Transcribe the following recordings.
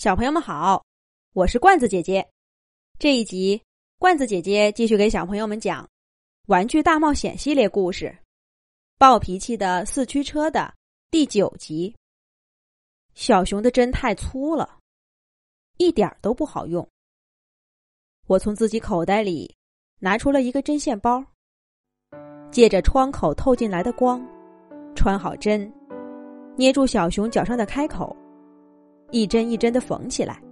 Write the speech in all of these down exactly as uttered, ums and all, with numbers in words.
小朋友们好，我是罐子姐姐。这一集，罐子姐姐继续给小朋友们讲《玩具大冒险》系列故事《暴脾气的四驱车》的第九集。小熊的针太粗了，一点都不好用。我从自己口袋里拿出了一个针线包，借着窗口透进来的光，穿好针，捏住小熊脚上的开口，一针一针地缝起来。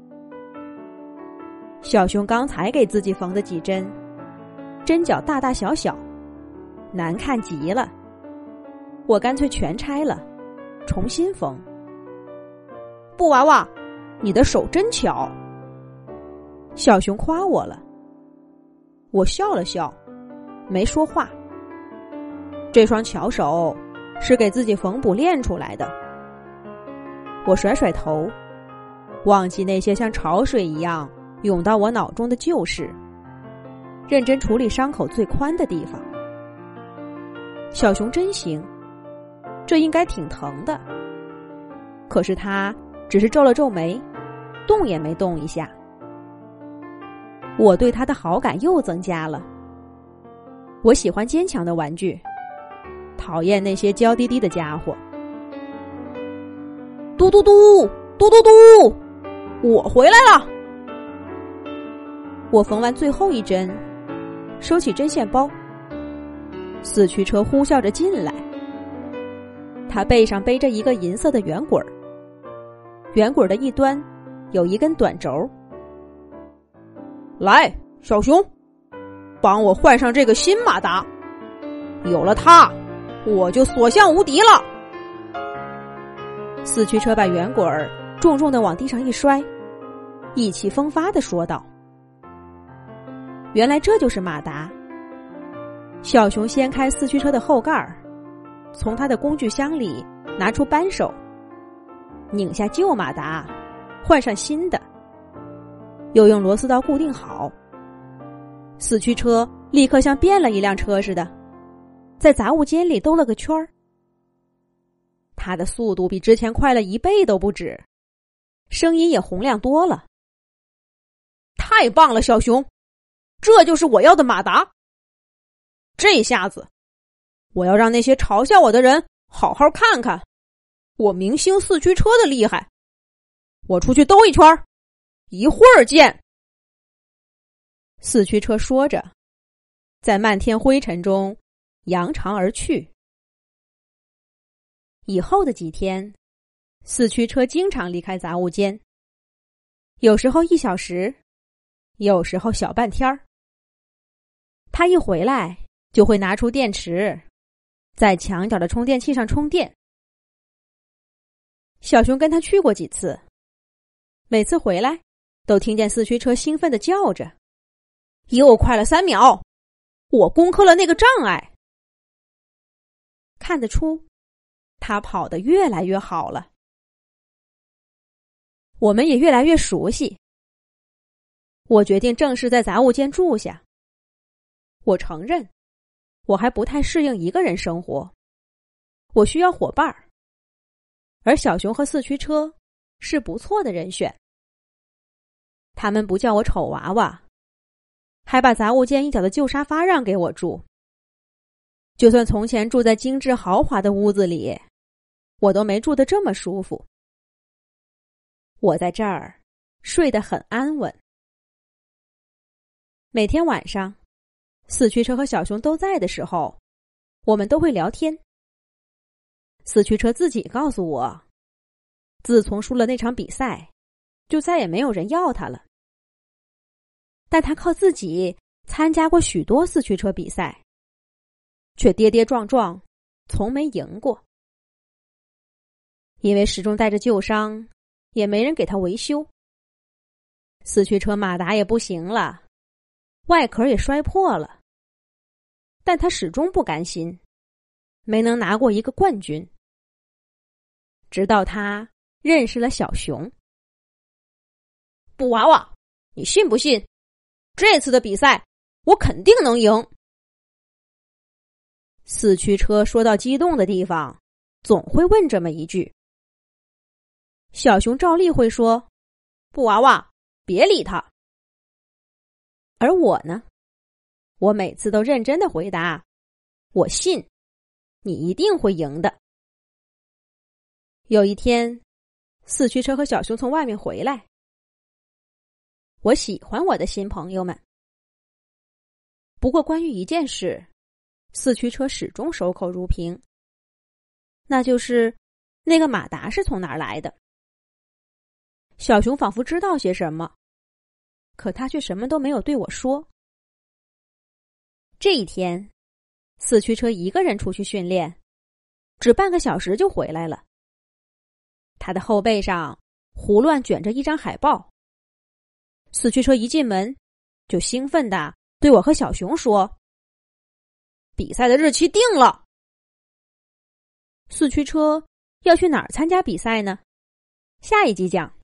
小熊刚才给自己缝的几针，针脚大大小小，难看极了。我干脆全拆了，重新缝。布娃娃，你的手真巧。小熊夸我了。我笑了笑，没说话。这双巧手是给自己缝补练出来的。我甩甩头，忘记那些像潮水一样涌到我脑中的旧事，认真处理伤口最宽的地方。小熊真行，这应该挺疼的。可是他只是皱了皱眉，动也没动一下。我对他的好感又增加了。我喜欢坚强的玩具，讨厌那些娇滴滴的家伙。嘟嘟嘟嘟嘟嘟，我回来了。我缝完最后一针，收起针线包。四驱车呼啸着进来，他背上背着一个银色的圆滚儿，圆滚儿的一端有一根短轴。来，小熊，帮我换上这个新马达，有了它，我就所向无敌了。四驱车把圆滚儿重重地往地上一摔，意气风发地说道：原来这就是马达。小熊掀开四驱车的后盖儿，从他的工具箱里拿出扳手，拧下旧马达，换上新的，又用螺丝刀固定好。四驱车立刻像变了一辆车似的，在杂物间里兜了个圈儿。它的速度比之前快了一倍都不止，声音也洪亮多了。太棒了，小熊，这就是我要的马达。这下子，我要让那些嘲笑我的人好好看看我明星四驱车的厉害。我出去兜一圈，一会儿见。四驱车说着，在漫天灰尘中扬长而去。以后的几天，四驱车经常离开杂物间，有时候一小时，有时候小半天儿。他一回来就会拿出电池，在墙角的充电器上充电。小熊跟他去过几次，每次回来都听见四驱车兴奋地叫着：又快了三秒，我攻克了那个障碍。看得出他跑得越来越好了。我们也越来越熟悉。我决定正式在杂物间住下。我承认，我还不太适应一个人生活，我需要伙伴儿。而小熊和四驱车是不错的人选。他们不叫我丑娃娃，还把杂物间一角的旧沙发让给我住。就算从前住在精致豪华的屋子里，我都没住得这么舒服。我在这儿睡得很安稳。每天晚上，四驱车和小熊都在的时候，我们都会聊天。四驱车自己告诉我，自从输了那场比赛，就再也没有人要他了。但他靠自己参加过许多四驱车比赛，却跌跌撞撞，从没赢过。因为始终带着旧伤，也没人给他维修。四驱车马达也不行了，外壳也摔破了，但他始终不甘心，没能拿过一个冠军。直到他认识了小熊。布娃娃，你信不信？这次的比赛，我肯定能赢。四驱车说到激动的地方，总会问这么一句。小熊照例会说： 布娃娃，别理他。而我呢，我每次都认真的回答，我信，你一定会赢的。有一天，四驱车和小熊从外面回来，我喜欢我的新朋友们。不过关于一件事，四驱车始终守口如瓶，那就是那个马达是从哪儿来的。小熊仿佛知道些什么，可他却什么都没有对我说。这一天，四驱车一个人出去训练，只半个小时就回来了。他的后背上胡乱卷着一张海报。四驱车一进门，就兴奋地对我和小熊说：“比赛的日期定了。”四驱车要去哪儿参加比赛呢？下一集讲。